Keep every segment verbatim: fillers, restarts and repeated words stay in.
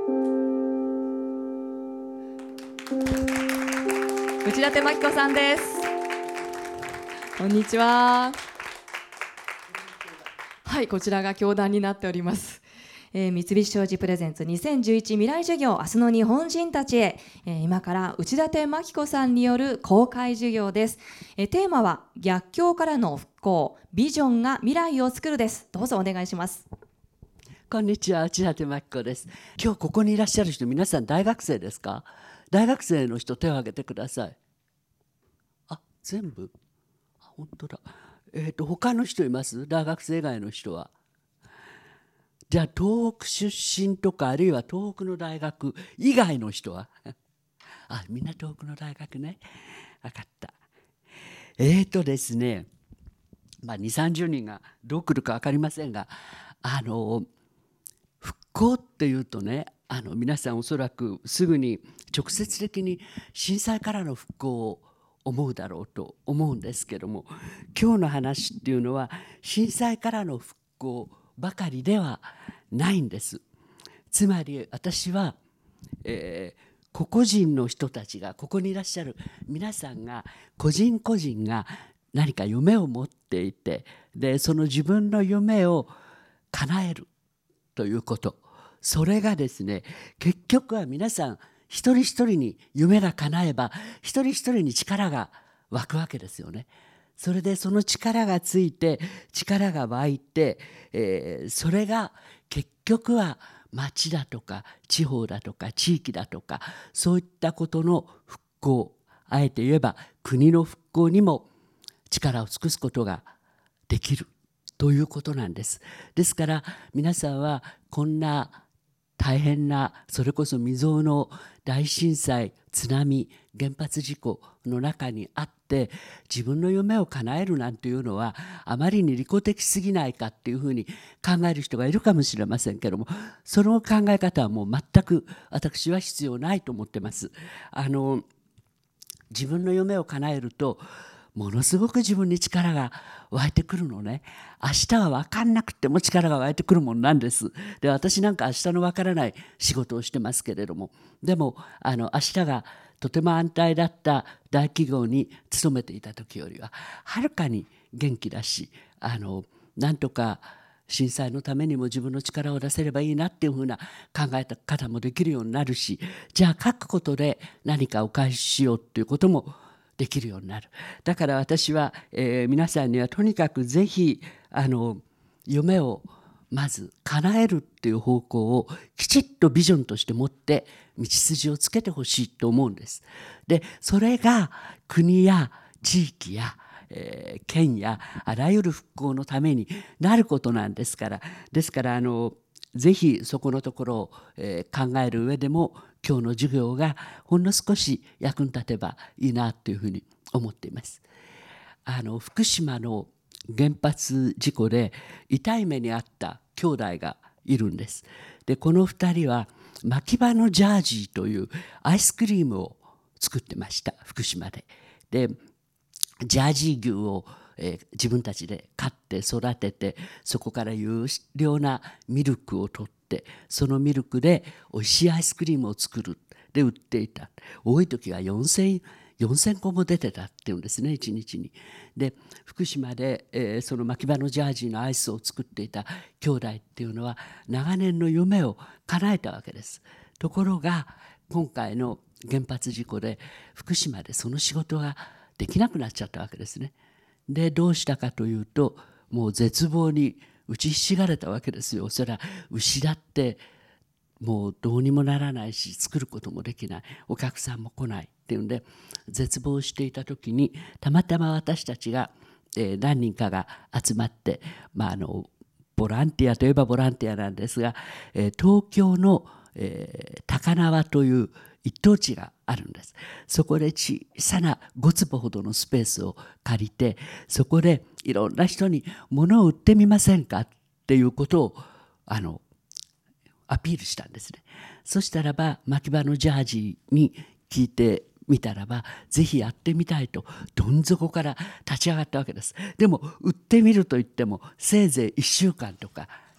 内館真紀子さんです。こんにちは。はい、こちらが教壇になっております。えー、三菱商事プレゼンツにせんじゅういち未来授業、明日の日本人たちへ、えー、今から内館真紀子さんによる公開授業です。えー、テーマは逆境からの復興、ビジョンが未来を作るです。どうぞお願いします。 こんにちは、内館真紀子です。今日ここにいらっしゃる人、皆さん大学生ですか？大学生の人、手を挙げてください。あ、全部？あ、本当だ。えっと、他の人います？大学生以外の人は。じゃあ、東北出身とか、あるいは東北の大学以外の人はあ、みんな東北の大学ね。分かった。えーとですね、まあ、にじゅう、さんじゅうにんがどう来るか分かりませんが、あの、復興っていうとね、あの皆さんおそらくすぐに直接的に震災からの復興を思うだろうと思うんですけども、今日の話っていうのは震災からの復興ばかりではないんです。つまり私は、えー、個々人の人たちが、ここにいらっしゃる皆さんが個人個人が何か夢を持っていて、でその自分の夢を叶えるということ、それがですね、結局は皆さん一人一人に夢が叶えば一人一人に力が湧くわけですよね。それでその力がついて力が湧いて、えー、それが結局は町だとか地方だとか地域だとか、そういったことの復興、あえて言えば国の復興にも力を尽くすことができるということなんです。ですから皆さんはこんな大変な、それこそ未曾有の大震災、津波、原発事故の中にあって自分の夢を叶えるなんていうのはあまりに利己的すぎないかっていうふうに考える人がいるかもしれませんけども、その考え方はもう全く私は必要ないと思ってます。あの自分の夢を叶えるとものすごく自分に力が湧いてくるのね。明日は分かんなくても力が湧いてくるもんなんです。で、私なんか明日の分からない仕事をしてますけれども、でもあの明日がとても安泰だった大企業に勤めていた時よりははるかに元気だし、あのなんとか震災のためにも自分の力を出せればいいなっていうふうな考え方もできるようになるし、じゃあ書くことで何かお返ししようっていうこともできるようになる。だから私は、えー、皆さんにはとにかくぜひあの夢をまず叶えるっていう方向をきちっとビジョンとして持って道筋をつけてほしいと思うんです。で、それが国や地域や、えー、県やあらゆる復興のためになることなんですから、ですからあのぜひそこのところを、えー、考える上でも今日の授業がほんの少し役に立てばいいなというふうに思っています。あの福島の原発事故で痛い目に遭った兄弟がいるんです。で、このふたりは牧場のジャージーというアイスクリームを作ってました、福島で。で、ジャージー牛をえー、自分たちで飼って育てて、そこから優良なミルクを取って、そのミルクでおいしいアイスクリームを作るで売っていた。多い時はよんせんこも出てたっていうんですね、いちにちに。で、福島で、えー、その牧場のジャージーのアイスを作っていた兄弟っていうのは長年の夢を叶えたわけです。ところが今回の原発事故で福島でその仕事ができなくなっちゃったわけですね。で、どうしたかというと、もう絶望に打ちひしがれたわけですよ。それは牛だってもうどうにもならないし、作ることもできない、お客さんも来ないっていうんで絶望していた時に、たまたま私たちが、えー、何人かが集まって、まあ、あのボランティアといえばボランティアなんですが、えー、東京の、えー、高輪という一等地があるんです。そこで小さなご坪ほどのスペースを借りて、そこでいろんな人に物を売ってみませんかっていうことをあのアピールしたんですね。そしたらば牧場のジャージーに聞いてみたらば、ぜひやってみたいとどん底から立ち上がったわけです。でも売ってみるといってもせいぜいいっしゅうかんとか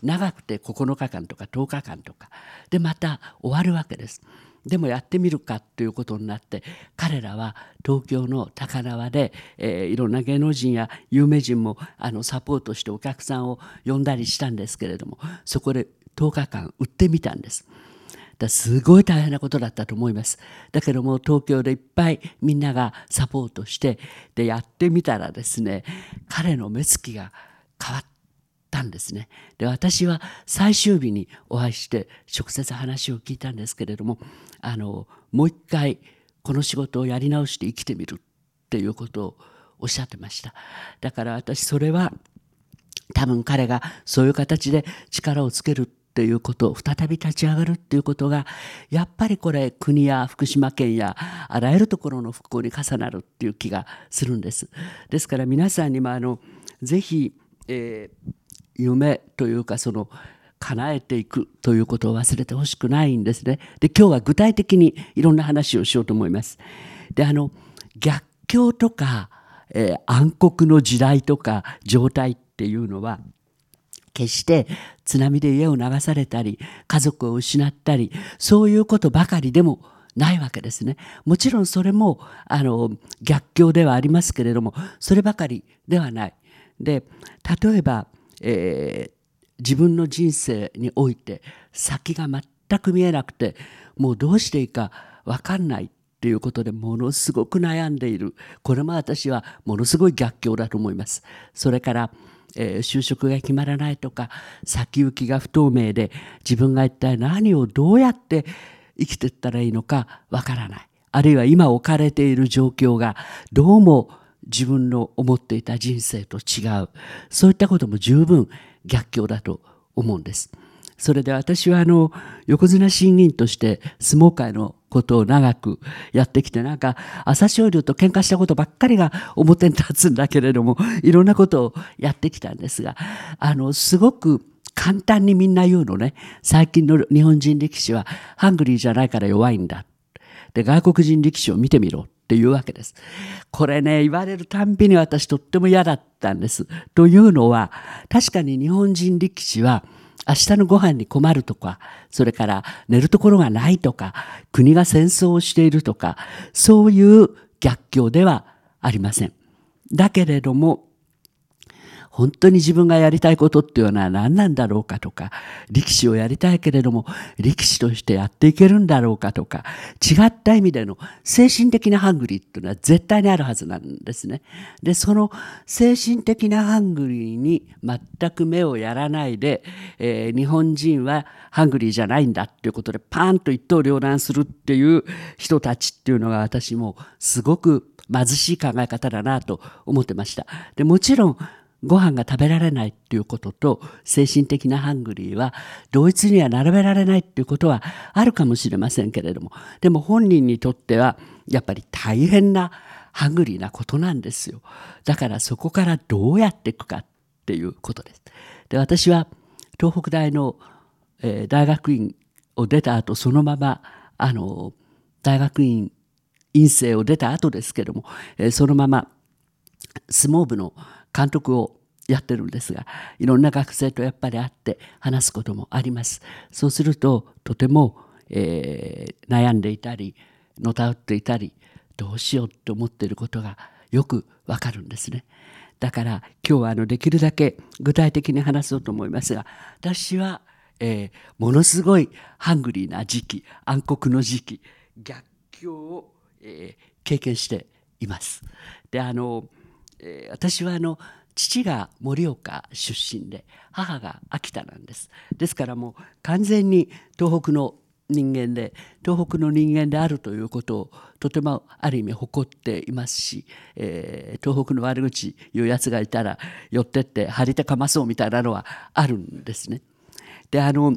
長くてここのかかんとかとおかかんとかでまた終わるわけです。でもやってみるかということになって彼らは東京の高輪で、えー、いろんな芸能人や有名人もあのサポートしてお客さんを呼んだりしたんですけれども、そこでとおかかん売ってみたんです。だすごい大変なことだったと思います。だけども東京でいっぱいみんながサポートしてでやってみたらですね、彼の目つきが変わったんですね。で私は最終日にお会いして直接話を聞いたんですけれども、あのもう一回この仕事をやり直して生きてみるっていうことをおっしゃってました。だから私それは多分彼がそういう形で力をつけるっていうことを再び立ち上がるっていうことがやっぱりこれ国や福島県やあらゆるところの復興に重なるっていう気がするんです。ですから皆さんにもあのぜひ、えー、夢というかその叶えていくということを忘れてほしくないんですね。で今日は具体的にいろんな話をしようと思います。であの逆境とか、えー、暗黒の時代とか状態っていうのは決して津波で家を流されたり家族を失ったりそういうことばかりでもないわけですね。もちろんそれもあの逆境ではありますけれどもそればかりではない。で例えば、えー、自分の人生において先が全く見えなくてもうどうしていいか分かんないっていうことでものすごく悩んでいる。これも私はものすごい逆境だと思います。それからえー、就職が決まらないとか先行きが不透明で自分が一体何をどうやって生きていったらいいのかわからない、あるいは今置かれている状況がどうも自分の思っていた人生と違う、そういったことも十分逆境だと思うんです。それで私はあの横綱審議員として相撲界のことを長くやってきてなんか朝青龍と喧嘩したことばっかりが表に立つんだけれどもいろんなことをやってきたんですが、あのすごく簡単にみんな言うのね。最近の日本人力士はハングリーじゃないから弱いんだ。で外国人力士を見てみろっていうわけです。これね言われるたんびに私とっても嫌だったんです。というのは確かに日本人力士は明日のご飯に困るとかそれから寝るところがないとか国が戦争をしているとかそういう逆境ではありません。だけれども本当に自分がやりたいことっていうのは何なんだろうかとか力士をやりたいけれども力士としてやっていけるんだろうかとか違った意味での精神的なハングリーっていうのは絶対にあるはずなんですね。でその精神的なハングリーに全く目をやらないで、えー、日本人はハングリーじゃないんだっていうことでパーンと一刀両断するっていう人たちっていうのが私もすごく貧しい考え方だなと思ってました。でもちろんご飯が食べられないっていうことと精神的なハングリーは同一には並べられないっていうことはあるかもしれませんけれども、でも本人にとってはやっぱり大変なハングリーなことなんですよ。だからそこからどうやっていくかっていうことです。で私は東北大の、えー、大学院を出た後そのままあの大学院院生を出た後ですけども、えー、そのまま相撲部の監督をやってるんですがいろんな学生とやっぱり会って話すこともあります。そうするととても、えー、悩んでいたりのたうっていたりどうしようと思っていることがよくわかるんですね。だから今日はあのできるだけ具体的に話そうと思いますが私は、えー、ものすごいハングリーな時期暗黒の時期逆境を、えー、経験しています。であの私はあの父が盛岡出身で母が秋田なんです。ですからもう完全に東北の人間で東北の人間であるということをとてもある意味誇っていますし、えー、東北の悪口言うやつがいたら寄ってって張り手かまそうみたいなのはあるんですね。であの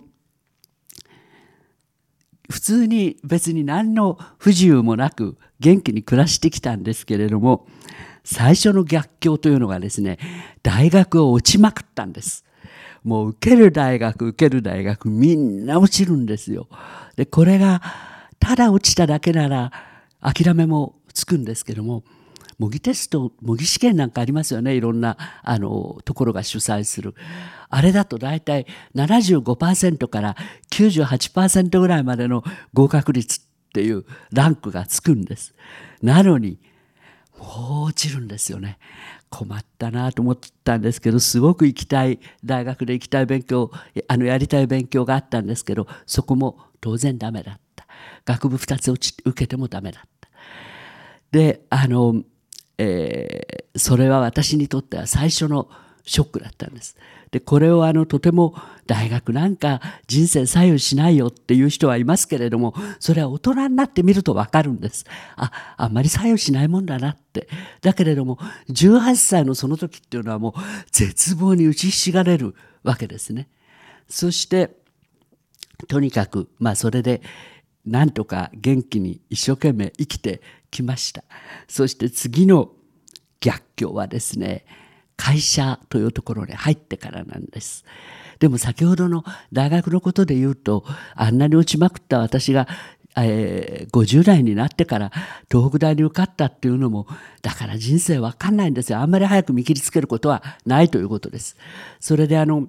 普通に別に何の不自由もなく元気に暮らしてきたんですけれども最初の逆境というのがですね大学を落ちまくったんです。もう受ける大学受ける大学みんな落ちるんですよ。でこれがただ落ちただけなら諦めもつくんですけども模擬テスト、模擬試験なんかありますよね。いろんなあのところが主催する。あれだと大体 ななじゅうごパーセント からきゅうじゅうはちパーセント ぐらいまでの合格率っていうランクがつくんです。なのにもう落ちるんですよね。困ったなと思ったんですけど、すごく行きたい大学で行きたい勉強、あのやりたい勉強があったんですけど、そこも当然ダメだった。学部ふたつ落ち受けてもダメだった。であの、えー、それは私にとっては最初のショックだったんです。でこれをあのとても大学なんか人生左右しないよっていう人はいますけれども、それは大人になってみると分かるんです。あ、あんまり左右しないもんだなって。だけれどもじゅうはっさいのその時っていうのはもう絶望に打ちひしがれるわけですね。そしてとにかくまあそれでなんとか元気に一生懸命生きてきました。そして次の逆境はですね、会社というところに入ってからなんです。でも先ほどの大学のことで言うと、あんなに落ちまくった私が、えー、ごじゅう代になってから東北大に受かったっていうのも、だから人生わかんないんですよ。あんまり早く見切りつけることはないということです。それであの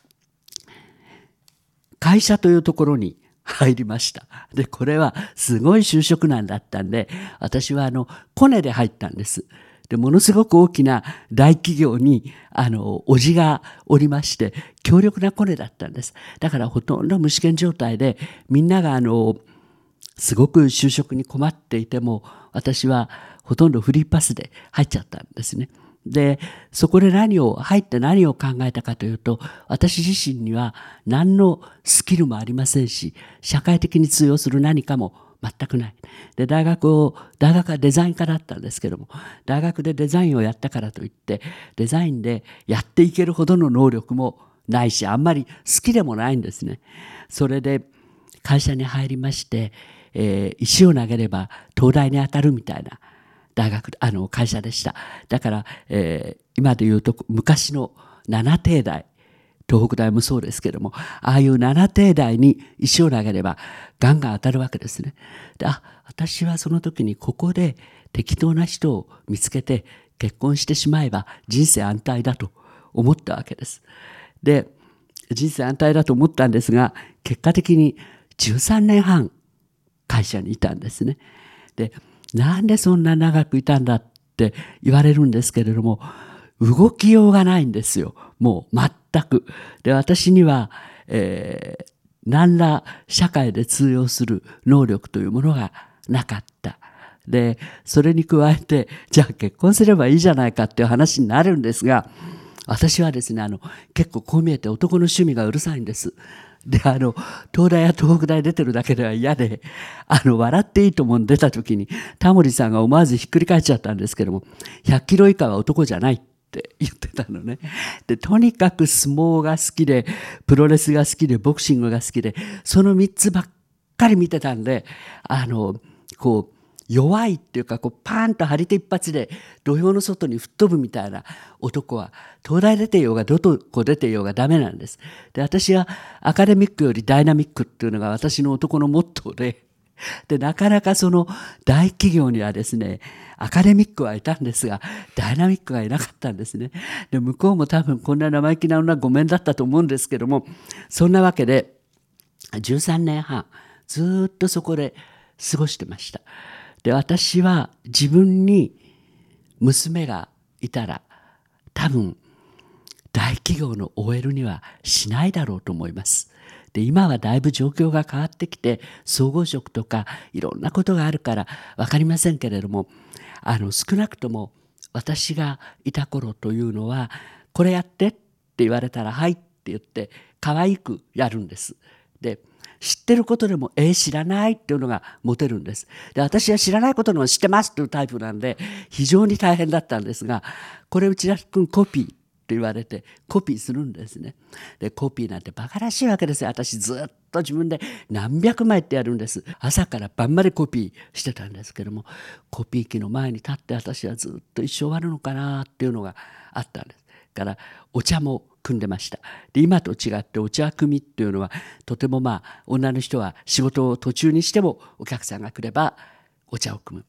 会社というところに入りました。でこれはすごい就職難だったんで、私はあのコネで入ったんです。でものすごく大きな大企業にあの叔父がおりまして、強力なコネだったんです。だからほとんど無試験状態で、みんながあのすごく就職に困っていても、私はほとんどフリーパスで入っちゃったんですね。でそこで何を入って何を考えたかというと、私自身には何のスキルもありませんし、社会的に通用する何かも全くない。で大学を大学はデザイン科だったんですけども、大学でデザインをやったからといってデザインでやっていけるほどの能力もないし、あんまり好きでもないんですね。それで会社に入りまして、えー、石を投げれば東大に当たるみたいな大学あの会社でした。だから、えー、今でいうと昔の七帝大、東北大もそうですけども、ああいう七帝大に石を投げればガンガン当たるわけですね。で、あ、私はその時にここで適当な人を見つけて結婚してしまえば人生安泰だと思ったわけです。で、人生安泰だと思ったんですが、結果的にじゅうさんねんはん会社にいたんですね。で、なんでそんな長くいたんだって言われるんですけれども、動きようがないんですよ。もう全く。で、私には、えー、何ら社会で通用する能力というものがなかった。で、それに加えて、じゃあ結婚すればいいじゃないかっていう話になるんですが、私はですね、あの、結構こう見えて男の趣味がうるさいんです。で、あの、東大や東北大出てるだけでは嫌で、あの、笑っていいとも出た時に、タモリさんが思わずひっくり返っちゃったんですけども、ひゃっキロ以下は男じゃないって言ってたのね。で、とにかく相撲が好きで、プロレスが好きで、ボクシングが好きで、そのみっつばっかり見てたんで、あの、こう、弱いっていうか、こうパーンと張り手一発で土俵の外に吹っ飛ぶみたいな男は、東大出ていようがどこ出ていようがダメなんです。で、私はアカデミックよりダイナミックっていうのが私の男のモットーで、で、なかなかその大企業にはですね、アカデミックはいたんですが、ダイナミックがいなかったんですね。で、向こうも多分こんな生意気な女ごめんだったと思うんですけども、そんなわけでじゅうさんねんはんずっとそこで過ごしてました。で、私は自分に娘がいたら多分大企業の オーエル にはしないだろうと思います。で、今はだいぶ状況が変わってきて、総合職とかいろんなことがあるから分かりませんけれども、あの少なくとも私がいた頃というのは、これやってって言われたらはいって言って可愛くやるんです。で、知ってることでも、えー、知らないっていうのがモテるんです。で、私は知らないことの知ってますっていうタイプなんで、非常に大変だったんですが、これ内田君コピーって言われて、コピーするんですね。で、コピーなんてバカらしいわけですよ。私ずっと自分で何百枚ってやるんです。朝から晩までコピーしてたんですけども、コピー機の前に立って私はずっと一生終わるのかなっていうのがあったんです。からお茶も組んでました。で、今と違ってお茶組みっていうのはとてもまあ女の人は仕事を途中にしてもお客さんが来ればお茶を組む。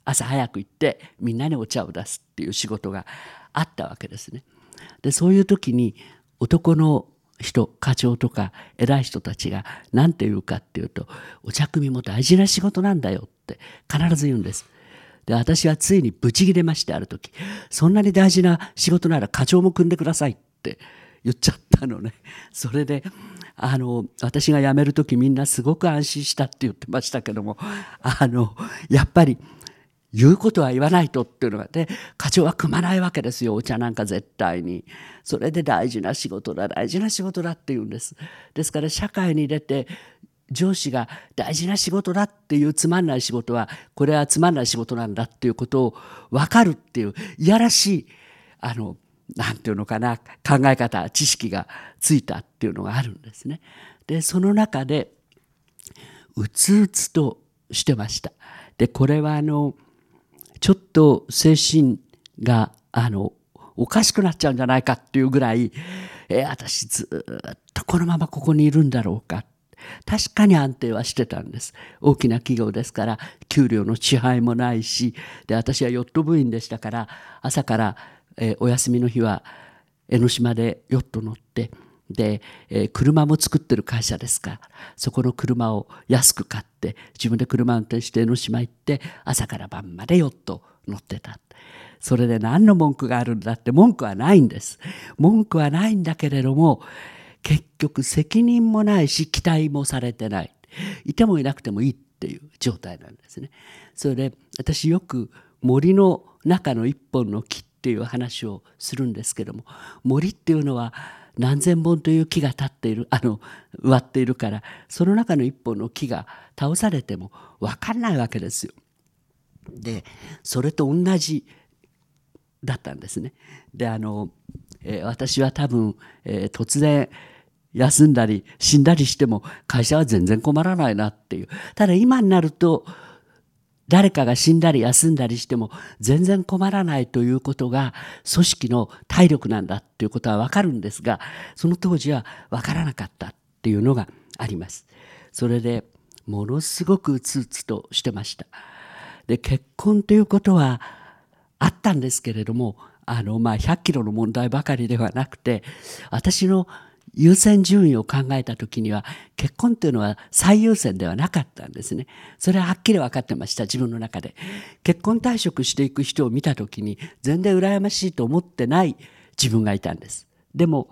朝早く行ってみんなにお茶を出すっていう仕事があったわけですね。でそういう時に男の人、課長とか偉い人たちが何て言うかっていうと、お茶汲みも大事な仕事なんだよって必ず言うんです。で私はついにブチ切れまして、ある時、そんなに大事な仕事なら課長も組んでくださいって言っちゃったのね。それであの私が辞める時みんなすごく安心したって言ってましたけども、あのやっぱり言うことは言わないとっていうのがで、課長は組まないわけですよ、お茶なんか絶対に。それで大事な仕事だ大事な仕事だって言うんです。ですから社会に出て上司が大事な仕事だっていうつまんない仕事はこれはつまんない仕事なんだっていうことを分かるっていういやらしいあのなんていうのかな、考え方知識がついたっていうのがあるんですね。でその中でうつうつとしてました。でこれはあのちょっと精神があのおかしくなっちゃうんじゃないかっていうぐらい、えー、私ずっとこのままここにいるんだろうか。確かに安定はしてたんです。大きな企業ですから給料の支配もないし、で私はヨット部員でしたから朝から、えー、お休みの日は江ノ島でヨット乗ってで、えー、車も作ってる会社ですからそこの車を安く買って自分で車運転して江ノ島行って朝から晩までヨット乗ってた。それで何の文句があるんだって文句はないんです。文句はないんだけれども結局責任もないし期待もされてない、いてもいなくてもいいっていう状態なんですね。それで私よく森の中の一本の木っていう話をするんですけども、森っていうのは何千本という木が立っているあの植わっているから、その中の一本の木が倒されても分かんないわけですよ。でそれと同じだったんですね。であの、えー、私は多分、えー、突然休んだり死んだりしても会社は全然困らないなっていう。ただ今になると誰かが死んだり休んだりしても全然困らないということが組織の体力なんだっていうことは分かるんですが、その当時は分からなかったっていうのがあります。それでものすごくうつうつとしてました。で結婚ということはあったんですけれども、あのまあひゃっキロの問題ばかりではなくて、私の優先順位を考えた時には結婚というのは最優先ではなかったんですね。それははっきり分かってました。自分の中で結婚退職していく人を見た時に全然羨ましいと思ってない自分がいたんです。でも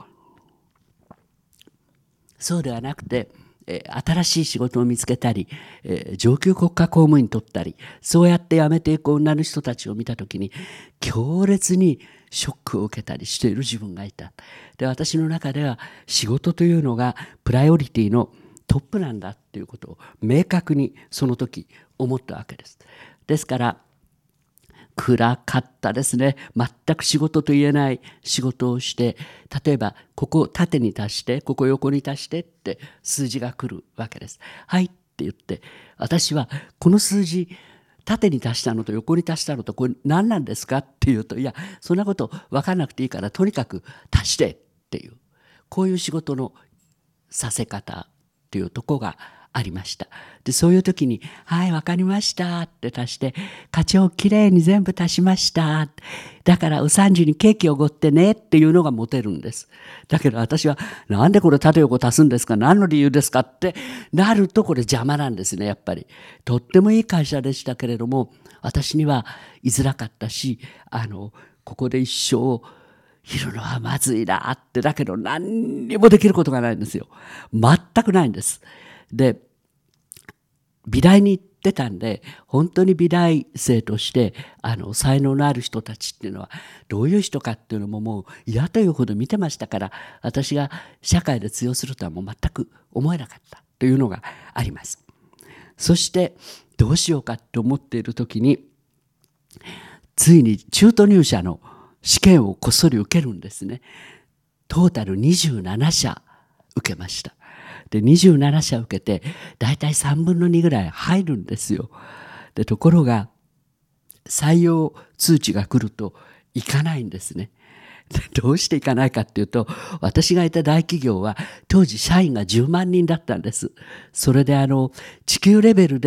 そうではなくて、えー、新しい仕事を見つけたり、えー、上級国家公務員取ったり、そうやって辞めていく女の人たちを見た時に強烈にショックを受けたりしている自分がいた。で私の中では仕事というのがプライオリティのトップなんだっていうことを明確にその時思ったわけです。ですから暗かったですね。全く仕事と言えない仕事をして、例えばここ縦に足してここ横に足してって数字が来るわけです。はいって言って私はこの数字縦に足したのと横に足したのとこれ何なんですかって言うと、いやそんなこと分かんなくていいからとにかく足してっていう、こういう仕事のさせ方っていうところがありました。でそういう時に「はい分かりました」って足して「課長きれいに全部足しました」だからおさんじにケーキおごってねっていうのがモテるんです。だけど私は「なんでこれ縦横足すんですか、何の理由ですか」ってなるとこれ邪魔なんですね。やっぱりとってもいい会社でしたけれども私には居づらかったし、あのここで一生いるのはまずいなって、だけど何にもできることがないんですよ。全くないんです。で美大に行ってたんで本当に美大生としてあの才能のある人たちっていうのはどういう人かっていうのももう嫌というほど見てましたから、私が社会で通用するとはもう全く思えなかったというのがあります。そしてどうしようかと思っている時についに中途入社の試験をこっそり受けるんですね。トータルにじゅうななしゃ受けました。でにじゅうななしゃ受けてだいたいさんぶんのにぐらい入るんですよ。でところが採用通知が来ると行かないんですね。でどうして行かないかっていうと、私がいた大企業は当時社員がじゅうまんにんだったんです。それであの地球レベルで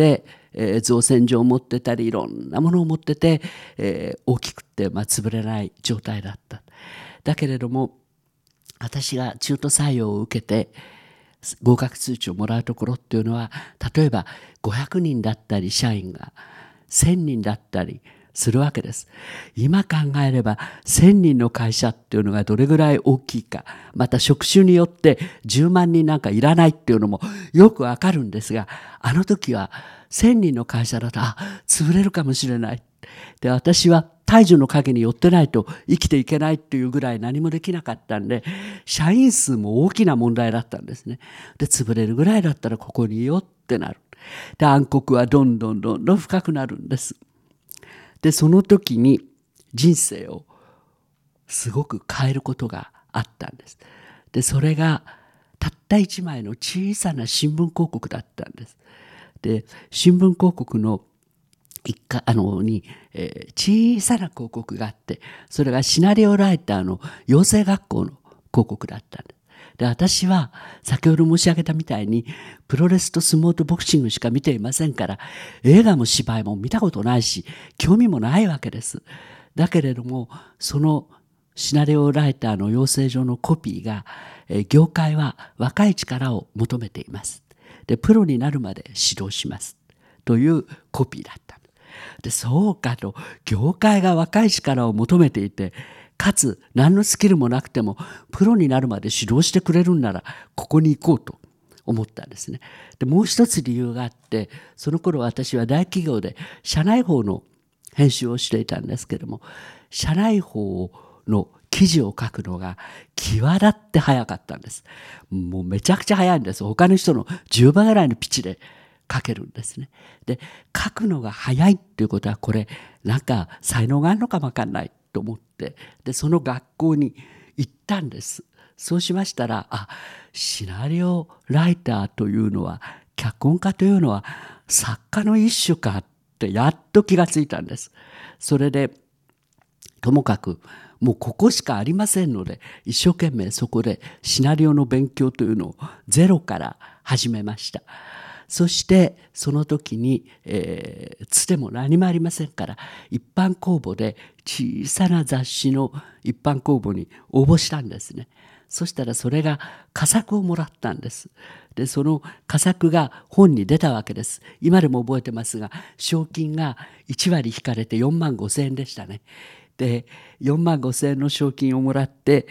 えー、造船所を持ってたりいろんなものを持ってて、えー、大きくて、まあ、潰れない状態だった。だけれども私が中途採用を受けて合格通知をもらうところっていうのは、例えばごひゃくにんだったり社員がせんにんだったりするわけです。今考えればせんにんの会社っていうのがどれぐらい大きいか、また職種によってじゅうまんにんなんかいらないっていうのもよくわかるんですが、あの時はせんにんの会社だと、あ、潰れるかもしれない。で、私は大樹の陰に寄ってないと生きていけないっていうぐらい何もできなかったんで、社員数も大きな問題だったんですね。で、潰れるぐらいだったらここにいようってなる。で、暗黒はどんどんどんどん深くなるんです。で、その時に人生をすごく変えることがあったんです。で、それがたった一枚の小さな新聞広告だったんです。で、新聞広告の一かあのに、えー、小さな広告があって、それがシナリオライターの養成学校の広告だったんです。で、私は先ほど申し上げたみたいにプロレスと相撲とボクシングしか見ていませんから、映画も芝居も見たことないし興味もないわけです。だけれどもそのシナリオライターの養成所のコピーが、えー、業界は若い力を求めています。で、プロになるまで指導しますというコピーだった。で、そうかと、業界が若い力を求めていて、かつ何のスキルもなくてもプロになるまで指導してくれるんならここに行こうと思ったんですね。で、もう一つ理由があって、その頃私は大企業で社内報の編集をしていたんですけども、社内報の記事を書くのが際立って早かったんです。もうめちゃくちゃ早いんです。他の人のじゅうばいぐらいのピッチで書けるんですね。で、書くのが早いっていうことは、これなんか才能があるのかもわかんないと思って、で、その学校に行ったんです。そうしましたら、あ、シナリオライターというのは、脚本家というのは作家の一種かってやっと気がついたんです。それでともかくもうここしかありませんので、一生懸命そこでシナリオの勉強というのをゼロから始めました。そしてその時に、えー、つても何もありませんから、一般公募で小さな雑誌の一般公募に応募したんですね。そしたらそれが佳作をもらったんです。で、その佳作が本に出たわけです。今でも覚えてますが、賞金がいちわり引かれてよんまんごせんえんでしたね。で、よんまんごせんえんの賞金をもらって、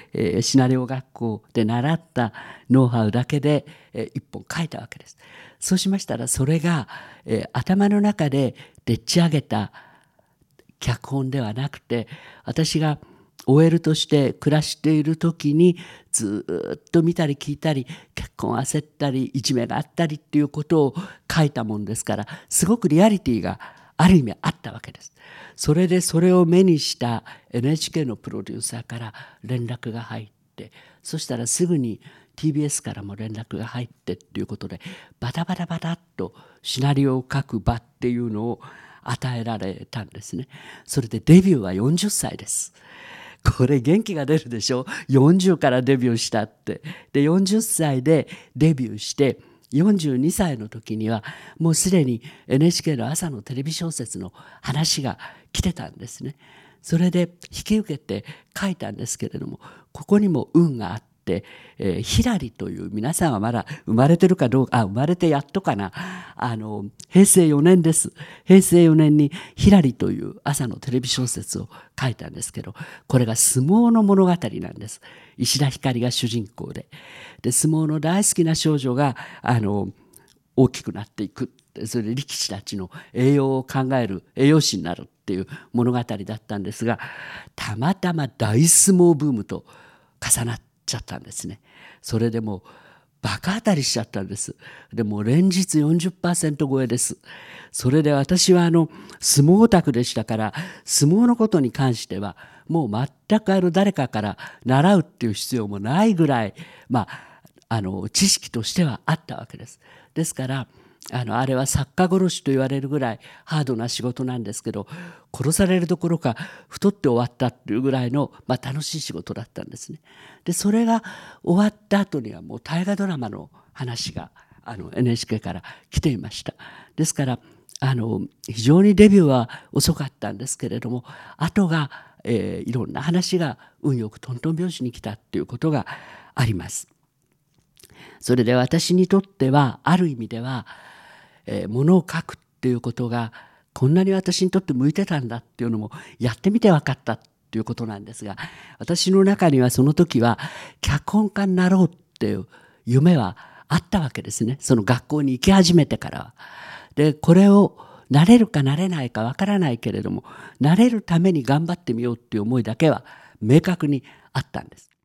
えー、シナリオ学校で習ったノウハウだけで、えー、一本書いたわけです。そうしましたら、それが、えー、頭の中ででっち上げた脚本ではなくて、私が オーエル として暮らしている時にずっと見たり聞いたり、結婚焦ったりいじめがあったりっていうことを書いたもんですから、すごくリアリティがある意味あったわけです。それでそれを目にした エヌエイチケー のプロデューサーから連絡が入って、そしたらすぐに ティービーエス からも連絡が入ってっていうことで、バタバタバタっとシナリオを書く場っていうのを与えられたんですね。それでデビューはよんじゅっさいです。これ元気が出るでしょ。よんじゅうからデビューしたって。で、よんじゅっさいでデビューして、よんじゅうにさいの時にはもうすでに エヌエイチケー の朝のテレビ小説の話が来てたんですね。それで引き受けて書いたんですけれども、ここにも運があって、えー、ヒラリという、皆さんはまだ生まれてるかどうか、あ、生まれてやっとかな、あのへいせいよねんです。へいせいよねんにヒラリという朝のテレビ小説を書いたんですけど、これが相撲の物語なんです。石田ひかりが主人公で、で、相撲の大好きな少女があの大きくなっていく、それで力士たちの栄養を考える栄養士になるっていう物語だったんですが、たまたま大相撲ブームと重なっちゃったんですね。それでもうバカ当たりしちゃったんです。でも連日 よんじゅっパーセント 超えです。それで私はあの相撲オタクでしたから、相撲のことに関してはもう全くあの誰かから習うっていう必要もないぐらい、まああの知識としてはあったわけです。ですからあのあれは作家殺しと言われるぐらいハードな仕事なんですけど、殺されるどころか太って終わったっていうぐらいの、まあ、楽しい仕事だったんですね。でそれが終わった後にはもう大河ドラマの話があの エヌエイチケー から来ていました。ですからあの非常にデビューは遅かったんですけれども、後が、えー、いろんな話が運よくトントン拍子に来たっていうことがあります。それで私にとってはある意味では、えー、物を書くっていうことがこんなに私にとって向いてたんだっていうのもやってみて分かったっていうことなんですが、私の中にはその時は脚本家になろうっていう夢はあったわけですね。その学校に行き始めてからは。でこれをなれるかなれないかわからないけれども、なれるために頑張ってみようっていう思いだけは明確にあったんです。